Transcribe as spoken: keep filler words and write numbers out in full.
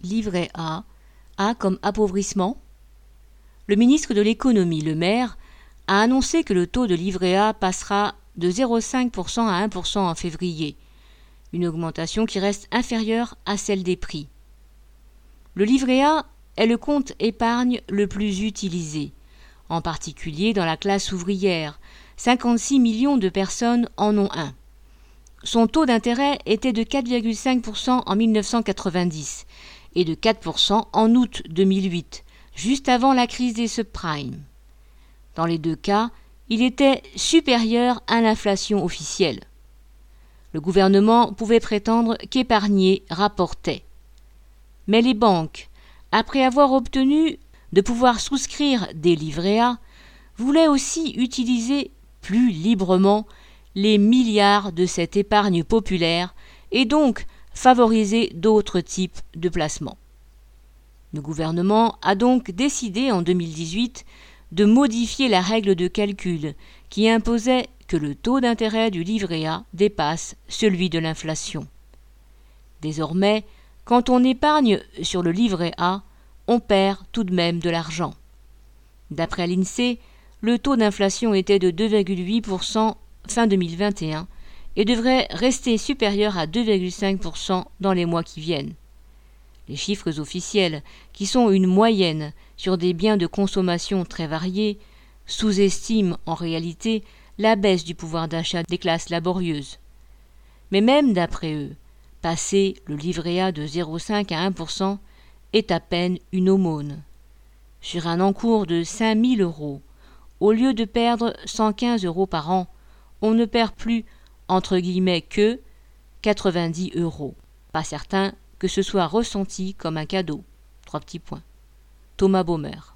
livret A a comme appauvrissement? Le ministre de l'économie, Le Maire, a annoncé que le taux de livret A passera de zéro virgule cinq pour cent à un pour cent en février, une augmentation qui reste inférieure à celle des prix. Le livret A est le compte épargne le plus utilisé, en particulier dans la classe ouvrière. cinquante-six millions de personnes en ont un. Son taux d'intérêt était de quatre virgule cinq pour cent en mille neuf cent quatre-vingt-dix et de quatre pour cent en août deux mille huit, juste avant la crise des subprimes. Dans les deux cas, il était supérieur à l'inflation officielle. Le gouvernement pouvait prétendre qu'épargner rapportait. Mais les banques, après avoir obtenu de pouvoir souscrire des livrets A, voulaient aussi utiliser plus librement les milliards de cette épargne populaire et donc favoriser d'autres types de placements. Le gouvernement a donc décidé en deux mille dix-huit de modifier la règle de calcul qui imposait que le taux d'intérêt du livret A dépasse celui de l'inflation. Désormais, quand on épargne sur le livret A, on perd tout de même de l'argent. D'après l'INSEE, le taux d'inflation était de deux virgule huit pour cent fin deux mille vingt et un et devrait rester supérieur à deux virgule cinq pour cent dans les mois qui viennent. Les chiffres officiels, qui sont une moyenne sur des biens de consommation très variés, sous-estiment en réalité la baisse du pouvoir d'achat des classes laborieuses. Mais même d'après eux, passer le livret A de zéro virgule cinq à un pour cent est à peine une aumône. Sur un encours de cinq mille euros, au lieu de perdre cent quinze euros par an, on ne perd plus, entre guillemets, que quatre-vingt-dix euros. Pas certain que ce soit ressenti comme un cadeau. Trois petits points. Thomas Baumer.